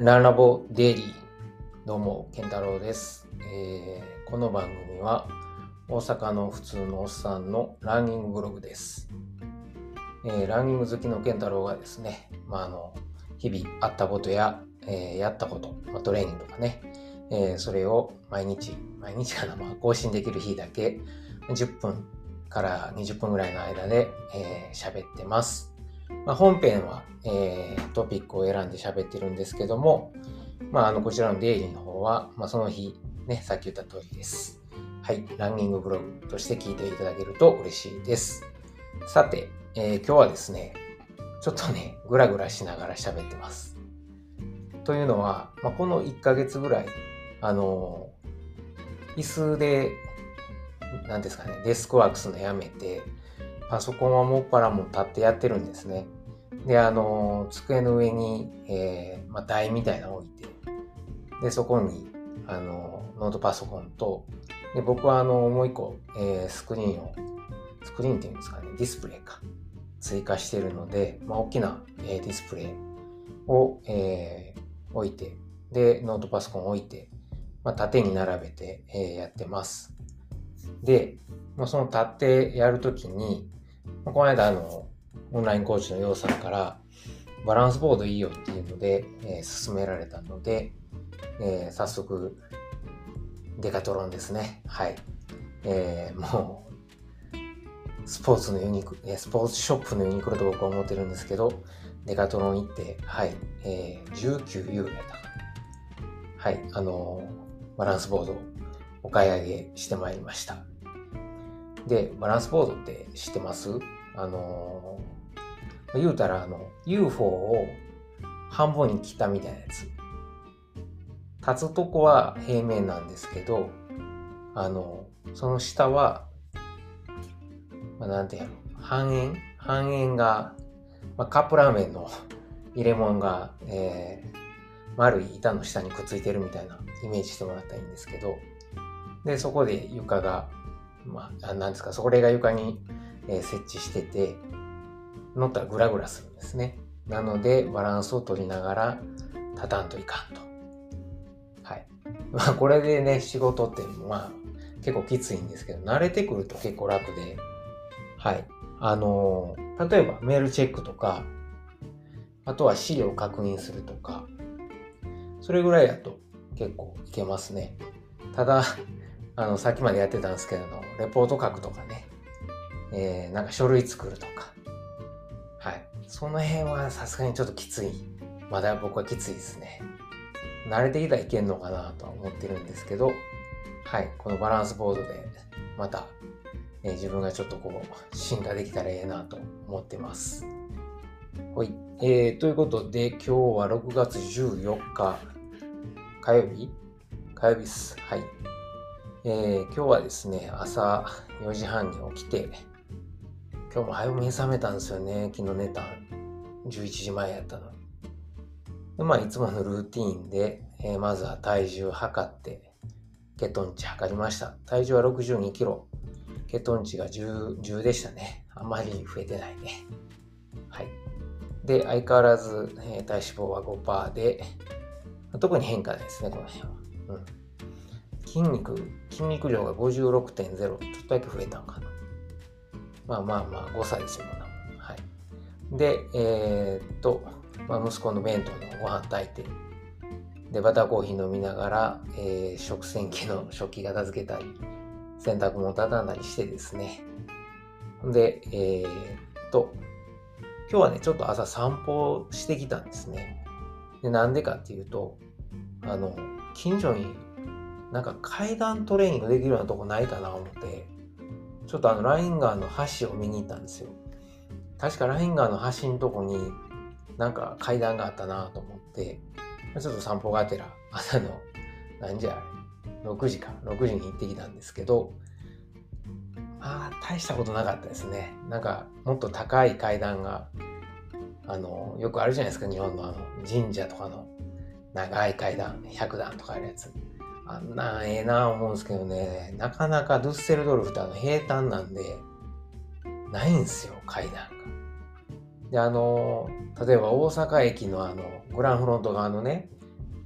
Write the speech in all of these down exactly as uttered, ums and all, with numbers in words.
ランラボデイリー、どうも健太郎です、えー、この番組は大阪の普通のおっさんのランニングブログです、えー、ランニング好きの健太郎がですね、まあ、あの日々あったことや、えー、やったこと、まあ、トレーニングとかね、えー、それを毎日毎日かな、まあ、更新できる日だけじゅっぷんからにじゅっぷんぐらいの間で喋、えー、ってます。まあ、本編は、えー、トピックを選んで喋ってるんですけども、まあ、あのこちらのデイリーの方は、まあ、その日、ね、さっき言った通りです。はい、ランニングブログとして聞いていただけると嬉しいです。さて、えー、今日はですね、ちょっとね、ぐらぐらしながら喋ってます。というのは、まあ、このいっかげつぐらい、あのー、椅子で、なんですかね、デスクワークするのやめて、パソコンはもっぱらも立ってやってるんですね。で、あの、机の上に、えーまあ、台みたいなのを置いて、で、そこに、あの、ノートパソコンと、で、僕はあの、もう一個、えー、スクリーンを、スクリーンっていうんですかね、ディスプレイか、追加しているので、まあ、大きな、えー、ディスプレイを、えー、置いて、で、ノートパソコンを置いて、まあ、縦に並べて、えー、やってます。で、まあ、その立ってやるときに、この間あのオンラインコーチのようさんからバランスボードいいよっていうので、えー、勧められたので、えー、早速デカトロンですね。はい、えー、もうスポーツのユニクスポーツショップのユニクロと僕は思ってるんですけど、デカトロン行って、はい、えー、じゅうきゅうユーロやったかな。はい、あのー、バランスボードをお買い上げしてまいりました。で、バランスボードって知ってます？あのー、言うたらあの ユーフォー を半分に切ったみたいなやつ。立つとこは平面なんですけど、あのその下は、まあ、なんていうの、半円半円が、まあ、カップラーメンの入れ物が、えー、丸い板の下にくっついてるみたいなイメージしてもらったらいいんですけど、でそこで床が、まあ、なんですか、それが床に、えー、設置してて、乗ったらグラグラするんですね。なのでバランスを取りながら立たんといかんと。はい。まあこれでね、仕事ってまあ結構きついんですけど、慣れてくると結構楽で、はい。あのー、例えばメールチェックとか、あとは資料を確認するとか、それぐらいだと結構いけますね。ただ、あの、さっきまでやってたんですけど、レポート書くとかね、えー、なんか書類作るとか、はい。その辺はさすがにちょっときつい。まだ僕はきついですね。慣れてきたらいけんのかなとは思ってるんですけど、はい。このバランスボードでまた、えー、自分がちょっとこう進化できたらええなと思ってます。はい。えー、ということで今日はろくがつじゅうよっか火曜日火曜日です。はい。えー、今日はですね、朝よじはんに起きて、今日も早めに覚めたんですよね。昨日寝たじゅういちじまえやったのに。で、まあ、いつものルーティーンで、えー、まずは体重測って、血糖値測りました。体重はろくじゅうにキロ。血糖値が じゅう, じゅうでしたね。あまり増えてないね。はい。で、相変わらず、えー、体脂肪は ごパーセント で、特に変化ないですね、この辺は。うん。筋肉、筋肉量が ごじゅうろくてんゼロ。ちょっとだけ増えたんかな。まあまあまあ、ごさいですよ、こんなもん。はい。で、えー、っと、まあ、息子の弁当のご飯炊いて、で、バターコーヒー飲みながら、えー、食洗機の食器片付けたり、洗濯物畳んだりしてですね。で、えー、っと、今日はね、ちょっと朝散歩してきたんですね。で、なんでかっていうと、あの、近所になんか階段トレーニングできるようなとこないかなと思って、ちょっとあのライン川の橋を見に行ったんですよ。確かライン川の橋のとこになんか階段があったなと思って、ちょっと散歩がてら朝の何時あれろくじかろくじに行ってきたんですけど、まあ大したことなかったですね。なんかもっと高い階段があのよくあるじゃないですか、日本のあの神社とかの長い階段ひゃくだんとかあるやつ。あんなんええな思うんですけどね、なかなかドゥッセルドルフってあの平坦なんでないんすよ、階段が。で、あの例えば大阪駅のあのグランフロント側のね、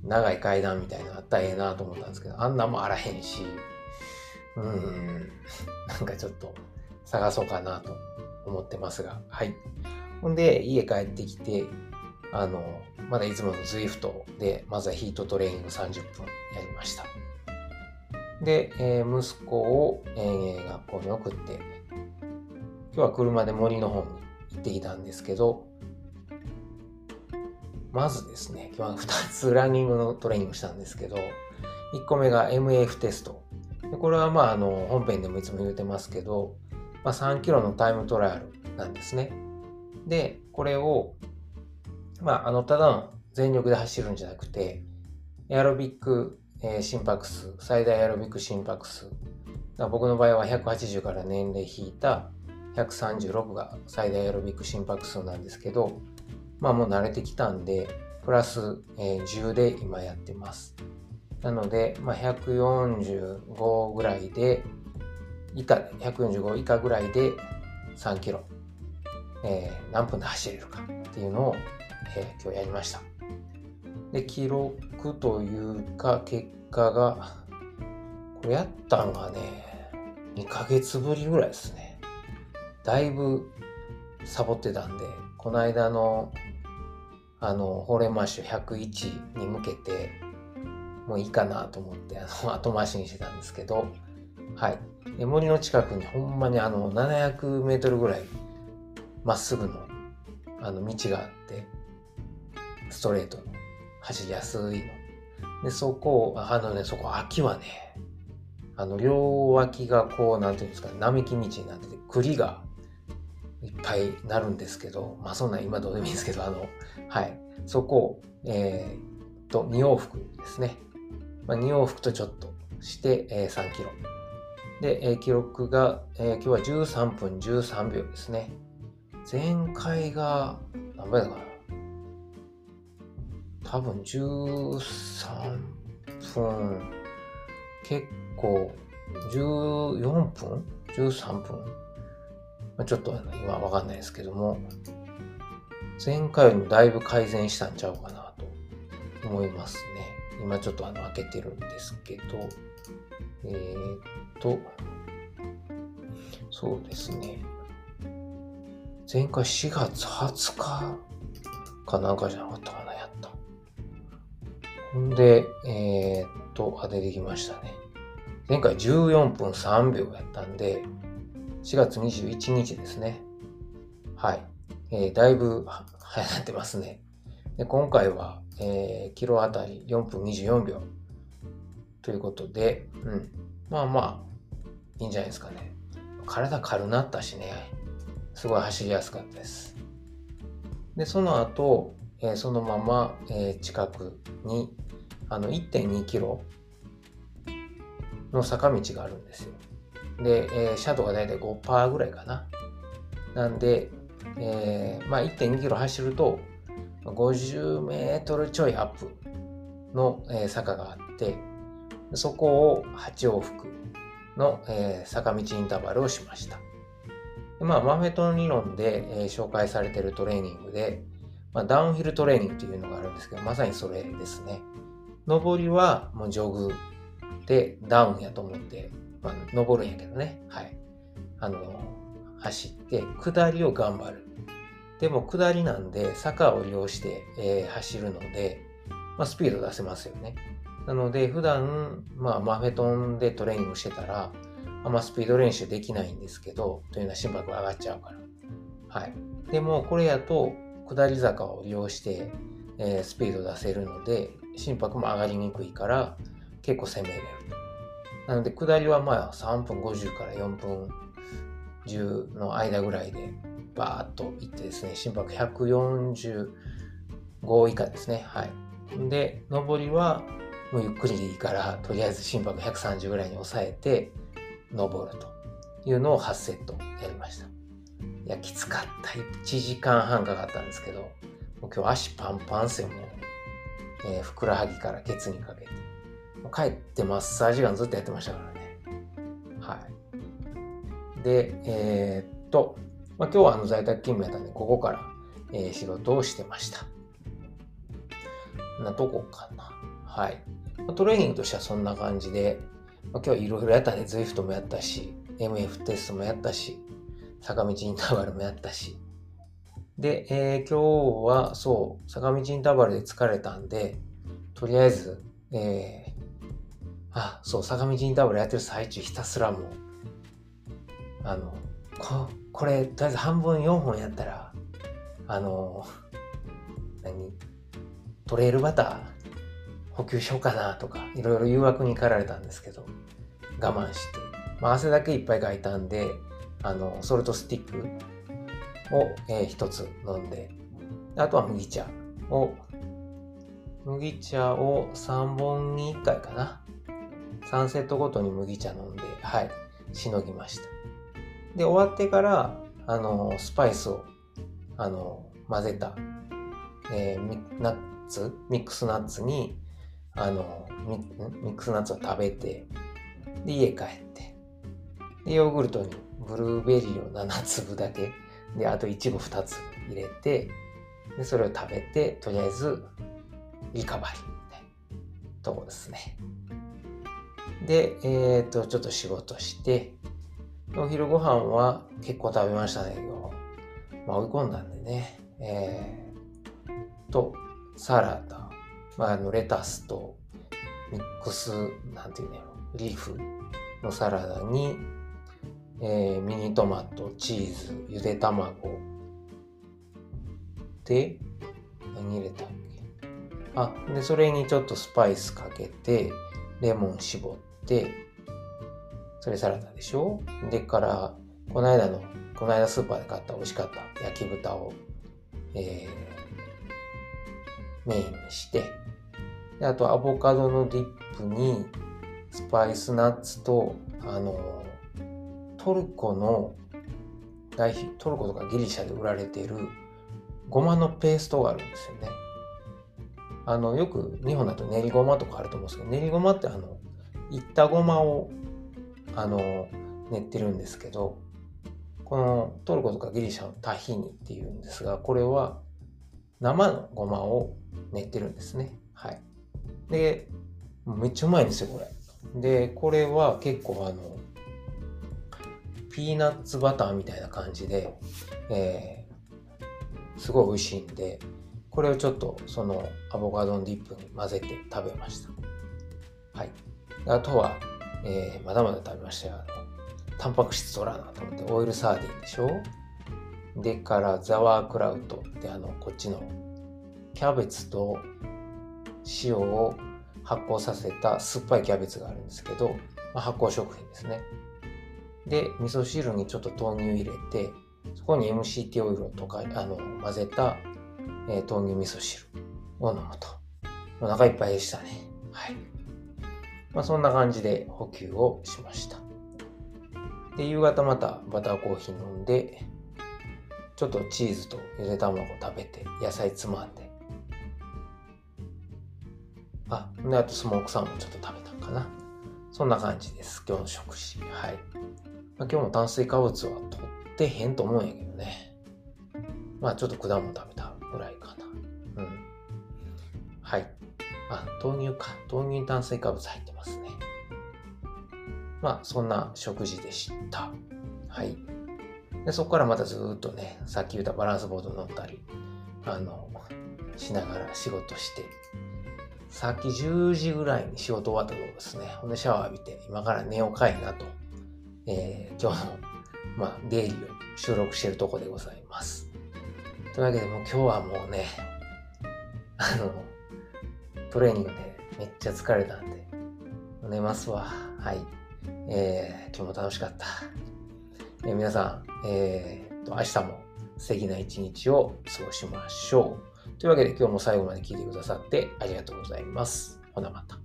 長い階段みたいなのあったらええなと思ったんですけど、あんなんもあらへんし、うーん、なんかちょっと探そうかなと思ってますが、はい。ほんで、家帰ってきて、あの、まだいつもの Zwift で、まずはヒートトレーニングさんじゅっぷんやりました。で、えー息子を、えー学校に送って、今日は車で森の方に行ってきたんですけど、まずですね、今日はふたつランニングのトレーニングしたんですけど、いっこめが エムエフ テスト。でこれはまあ、あの、本編でもいつも言うてますけど、まあ、さんキロのタイムトライアルなんですね。で、これを、まあ、あの、ただの全力で走るんじゃなくて、エアロビック、えー心拍数、最大エアロビック心拍数。僕の場合はひゃくはちじゅうから年齢引いたひゃくさんじゅうろくが最大エアロビック心拍数なんですけど、まあもう慣れてきたんで、プラス、えーじゅうで今やってます。なので、まあ、ひゃくよんじゅうごぐらいで、以下で、ひゃくよんじゅうご以下ぐらいでさんキロ、えー何分で走れるかっていうのを、えー今日やりました。で、記録というか、結果が、これやったんがね、にかげつぶりぐらいですね。だいぶサボってたんで、この間の、あの、ホーレンマッシュひゃくいちに向けて、もういいかなと思って、あの、後回しにしてたんですけど、はい。で森の近くにほんまにあの、ななひゃくメートルぐらい、まっすぐの、あの、道があって、ストレートの、走りやすいの。で、そこを、あのね、そこ、秋はね、あの、両脇がこう、なんていうんですかね、並木道になってて、栗がいっぱいなるんですけど、まあそんなん今どうでもいいんですけど、あの、はい。そこを、えー、と、に往復ですね。まあ、に往復とちょっとして、えー、さんキロ。で、えー記録が、えー今日はじゅうさんぷんじゅうさんびょうですね。前回が、何倍だかな。多分じゅうさんぷん、結構じゅうよんぷん ?じゅうさん 分、まあ、ちょっと今わかんないですけども、前回よりもだいぶ改善したんちゃうかなと思いますね。今ちょっとあの開けてるんですけど、えー、っと、そうですね。前回しがつはつかかなんかじゃなかったかな、やった。ほんで、えー、っと、あ、出てきましたね。前回じゅうよんぷんさんびょうやったんで、しがつにじゅういちにちですね。はい。えー、だいぶ早なってますね。で今回は、えー、キロあたりよんぷんにじゅうよんびょうということで、うん。まあまあ、いいんじゃないですかね。体軽なったしね、すごい走りやすかったです。で、その後、えーそのまま、えー近くに、あの、いってんにキロの坂道があるんですよ。で、えーシャドウがだいたい ごパーセント ぐらいかな。なんで、えーまあ いってんにキロ走ると、ごじゅうメートルちょいアップの、えー坂があって、そこをはち往復の、えー坂道インターバルをしました。でまあ、マフェトン理論で、えー紹介されているトレーニングで、まあ、ダウンヒルトレーニングというのがあるんですけど、まさにそれですね。上りはもうジョグでダウンやと思って、まあ、登るんやけどね。はい。あの、走って、下りを頑張る。でも下りなんで坂を利用して、えー走るので、まあ、スピード出せますよね。なので普段、まあ、マフェトンでトレーニングしてたら、あんまスピード練習できないんですけど、というのは心拍が上がっちゃうから。はい。でもこれやと下り坂を利用して、えースピード出せるので、心拍も上がりにくいから結構攻めれると。なので下りはまあさんぷんごじゅうからよんぷんじゅうの間ぐらいでバーッといってですね、心拍ひゃくよんじゅうご以下ですね。はい。で、上りはもうゆっくりでいいから、とりあえず心拍ひゃくさんじゅうぐらいに抑えて登るというのをはちセットやりました。いや、きつかった。いちじかんはんかかったんですけど、もう今日足パンパンっすよ、もう。えーふくらはぎからケツにかけて。帰ってマッサージガンずっとやってましたからね。はい。で、えーっと、まあ、今日はあの在宅勤務やったんで、ここから、えー仕事をしてました。なとこかな。 はい。トレーニングとしてはそんな感じで、まあ、今日はいろいろやったね。ズイフトもやったし、エムエフ テストもやったし、坂道インターバルもやったし。で、えー、今日はそう、坂道インターバルで疲れたんで、とりあえず、えー、あ、そう、坂道インターバルやってる最中ひたすらもう、あの、こ、これ、とりあえず半分よんほんやったら、あの、何トレイルバター補給しようかなとか、いろいろ誘惑に駆られたんですけど、我慢して、まあ、汗だけいっぱいかいたんで、あの、ソルトスティックを、えー、一つ飲んで、あとは麦茶を、麦茶をさんぼんにいっかいかな。さんセットごとに麦茶飲んで、はい、しのぎました。で、終わってから、あの、スパイスを、あの、混ぜた、えー、ナッツ、ミックスナッツに、あの、ミ, ミックスナッツを食べて、で、家帰って、で、ヨーグルトにブルーベリーをななつぶだけ、で、あとイチゴふたつ入れて、で、それを食べて、とりあえず、リカバリーみたいなとこですね。で、えっと、ちょっと仕事して、お昼ご飯は結構食べましたね、今日。まあ、追い込んだんでね。えー、と、サラダ、まあ、あのレタスとミックス、なんていうのやろ、リーフのサラダに、えー、ミニトマト、チーズ、ゆで卵で、何入れたっけ？あ、で、それにちょっとスパイスかけて、レモン絞って、それサラダでしょ？でから、この間の、この間スーパーで買った美味しかった焼き豚を、えー、メインにして、であとアボカドのディップにスパイスナッツと、あの、トルコの、代表、トルコとかギリシャで売られているごまのペーストがあるんですよね。あの、よく日本だと練りごまとかあると思うんですけど、練りごまってあの、いったごまを、あの、練ってるんですけど、このトルコとかギリシャのタヒニっていうんですが、これは生のごまを練ってるんですね。はい。で、めっちゃうまいんですよ、これ。で、これは結構あの、ピーナッツバターみたいな感じで、えー、すごい美味しいんで、これをちょっとそのアボカドのディップに混ぜて食べました。はい。あとは、えー、まだまだ食べましたよ。あの、タンパク質取らなと思ってオイルサーディンでしょ。でからザワークラウトってあの、こっちのキャベツと塩を発酵させた酸っぱいキャベツがあるんですけど、まあ、発酵食品ですね。で、味噌汁にちょっと豆乳入れて、そこに エムシーティー オイルとかあの混ぜた、えー、豆乳味噌汁を飲むと。お腹いっぱいでしたね。はい。まあそんな感じで補給をしました。で、夕方またバターコーヒー飲んで、ちょっとチーズとゆで卵食べて、野菜つまんで。あ、で、あとスモークサーモンちょっと食べたかな。そんな感じです。今日の食事。はい。まあ、今日も炭水化物は取ってへんと思うんやけどね。まあちょっと果物食べたぐらいかな。うん。はい。あ、豆乳か。豆乳に炭水化物入ってますね。まあそんな食事でした。はい。で、そこからまたずーっとね、さっき言ったバランスボード乗ったり、あの、しながら仕事して、さっきじゅうじぐらいに仕事終わったところですね。ほんでシャワー浴びて、今から寝ようかいなと、えー、今日の、まあ、デイリーを収録しているところでございます。というわけで、もう今日はもうね、あの、トレーニングでめっちゃ疲れたんで、寝ますわ。はい。えー、今日も楽しかった。えー、皆さん、えー、と、明日も素敵な一日を過ごしましょう。というわけで今日も最後まで聞いてくださってありがとうございます。ほなまた。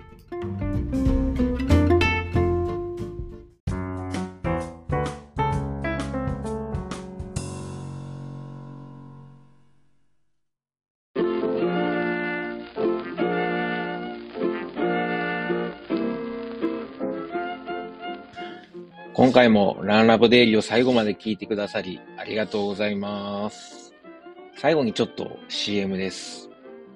今回もランラボデイリーを最後まで聞いてくださりありがとうございます。最後にちょっと シーエム です。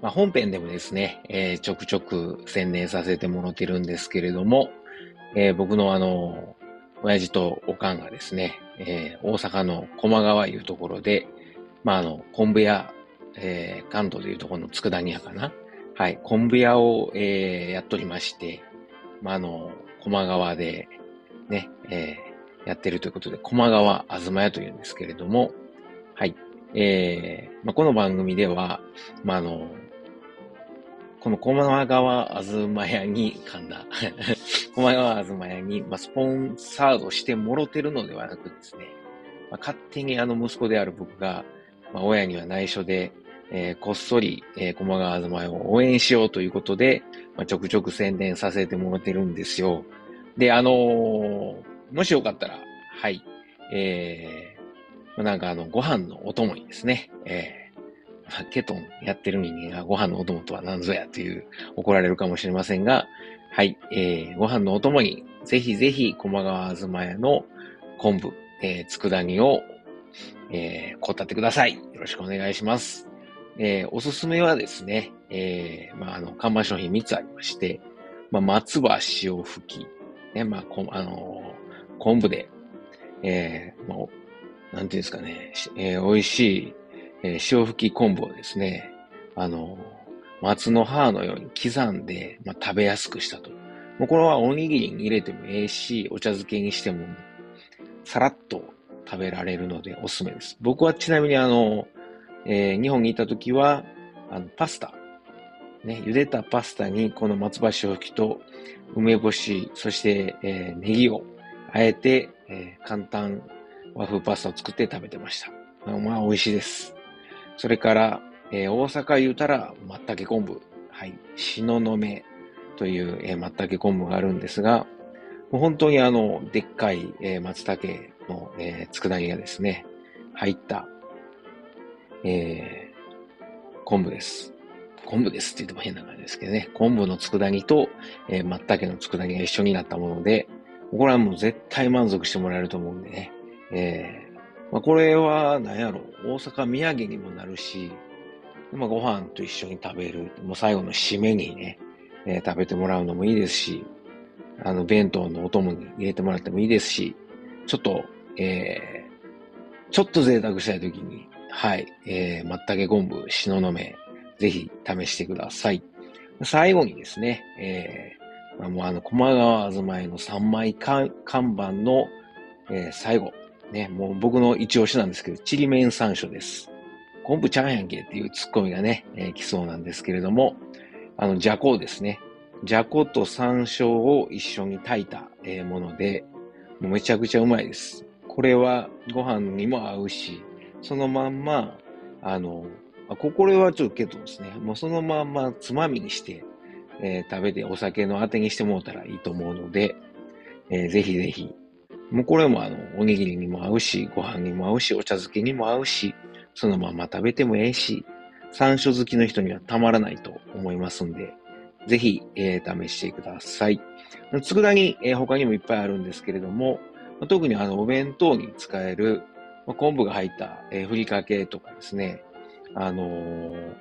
まあ、本編でもですね、えーちょくちょく宣伝させてもらってるんですけれども、えー僕のあの、親父とおかんがですね、えー大阪の駒川いうところで、まあ、あの、昆布屋、えー関東でいうところの佃煮屋かな。はい、昆布屋を、えーやっとりまして、まあ、あの、駒川でね、えーやってるということで、駒川あずま屋というんですけれども、はい。えー、まあ、この番組では、まあ、あの、この駒川あずま屋に、噛んだ。駒川あずま屋に、まあ、スポンサードしてもろてるのではなくですね、まあ、勝手にあの息子である僕が、まあ、親には内緒で、えーこっそり、えー、駒川あずま屋を応援しようということで、まあ、ちょくちょく宣伝させてもらってるんですよ。で、あのーもしよかったら、はい、えー、まあなんかあの、ご飯のお供にですね、えーまあケトンやってる人間がご飯のお供とは何ぞやという怒られるかもしれませんが、はい、えー、ご飯のお供にぜひぜひ駒川あずま屋の昆布、えー、佃煮を、えー、こったってください。よろしくお願いします。えー、おすすめはですね、えー、まあ、あの、看板商品みっつありまして、まあ、松葉塩吹き、ね、まあ、こあのー昆布で、えー、まあ、なんていうんですかね、しえー美味しい、えー塩吹き昆布をですね、あの、松の葉のように刻んで、まあ、食べやすくしたと。もうこれはおにぎりに入れてもええし、お茶漬けにしても、さらっと食べられるのでおすすめです。僕はちなみにあの、えー日本にいた時は、あの、パスタ、ね、茹でたパスタにこの松葉塩吹きと梅干し、そして、えーネギをあえて、えー簡単和風パスタを作って食べてました。まあ、まあ美味しいです。それから、えー大阪言うたら、まったけ昆布。はい。しののめという、えー、まったけ昆布があるんですが、もう本当にあの、でっかい、えー松茸の、えー佃煮がですね、入った、えー昆布です。昆布ですって言っても変な感じですけどね。昆布の佃煮と、えー、松茸の佃煮が一緒になったもので、これはもう絶対満足してもらえると思うんでね。えーまあ、これは、何やろ、大阪土産にもなるし、まあ、ご飯と一緒に食べる、もう最後の締めにね、えー食べてもらうのもいいですし、あの、弁当のお供に入れてもらってもいいですし、ちょっと、えー、ちょっと贅沢したいときに、はい、えー、まったけ昆布、しののめ、ぜひ試してください。最後にですね、えー、まあ、もうあの、駒川あずまいのさんまい看板の、えー最後、ね、もう僕の一押しなんですけど、ちりめん山椒です。昆布ちゃんやんけっていうツッコミがね、えー来そうなんですけれども、あの、じゃこですね。じゃこと山椒を一緒に炊いた、えーもので、もうめちゃくちゃうまいです。これはご飯にも合うし、そのまんま、あの、あここれはちょっとケトですね。もうそのまんまつまみにして、えー食べてお酒のあてにしてもらったらいいと思うので、えーぜひぜひ。もうこれもあの、おにぎりにも合うし、ご飯にも合うし、お茶漬けにも合うし、そのまま食べてもええし、山椒好きの人にはたまらないと思いますんで、ぜひ、えー試してください。佃煮、えー他にもいっぱいあるんですけれども、まあ特にあの、お弁当に使える、まあ昆布が入った、えーふりかけとかですね、あのー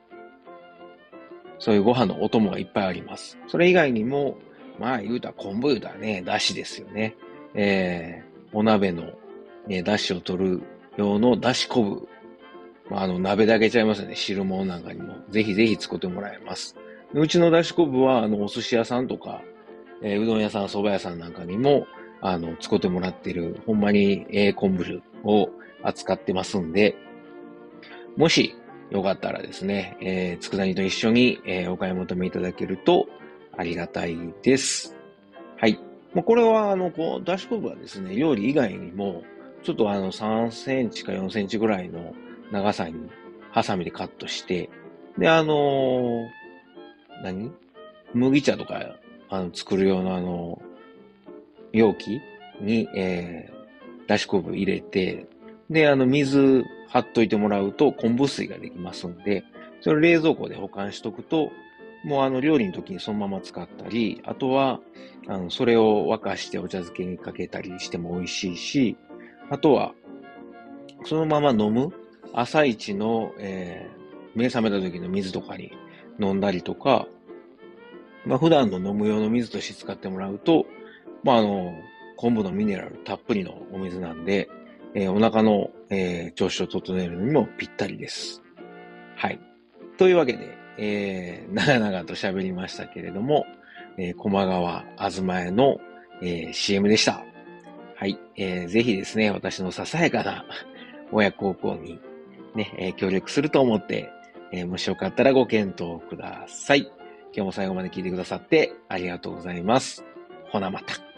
そういうご飯のお供がいっぱいあります。それ以外にも、まあ言うたら昆布言うたらね、だしですよね。えー、お鍋の、ね、だしを取る用のだし昆布。まあ、あの、鍋だけちゃいますよね。汁物なんかにも。ぜひぜひ作ってもらえます。うちのだし昆布は、あの、お寿司屋さんとか、えーうどん屋さん、蕎麦屋さんなんかにも、あの、使ってもらってる、ほんまに、ええ昆布を扱ってますんで、もしよかったらですね、えー、佃煮と一緒に、えーお買い求めいただけるとありがたいです。はい。もうこれは、あの、こう、だし昆布はですね、料理以外にも、ちょっとあの、さんセンチかよんセンチぐらいの長さに、ハサミでカットして、で、あのー何麦茶とか、あの、作る用のあの、容器に、えー、だし昆布入れて、で、あの、水張っといてもらうと昆布水ができますんで、それを冷蔵庫で保管しとくと、もうあの、料理の時にそのまま使ったり、あとは、あの、それを沸かしてお茶漬けにかけたりしても美味しいし、あとは、そのまま飲む朝一の、えー目覚めた時の水とかに飲んだりとか、まあ、普段の飲む用の水として使ってもらうと、まあ、あの、昆布のミネラルたっぷりのお水なんで、えーお腹の、えー調子を整えるのにもぴったりです。はい。というわけで、えー長々と喋りましたけれども、えー、駒川あずまえの、えー シーエム でした。はい。えーぜひですね、私のささやかな親孝行にね、えー協力すると思って、えーもしよかったらご検討ください。今日も最後まで聞いてくださってありがとうございます。ほなまた。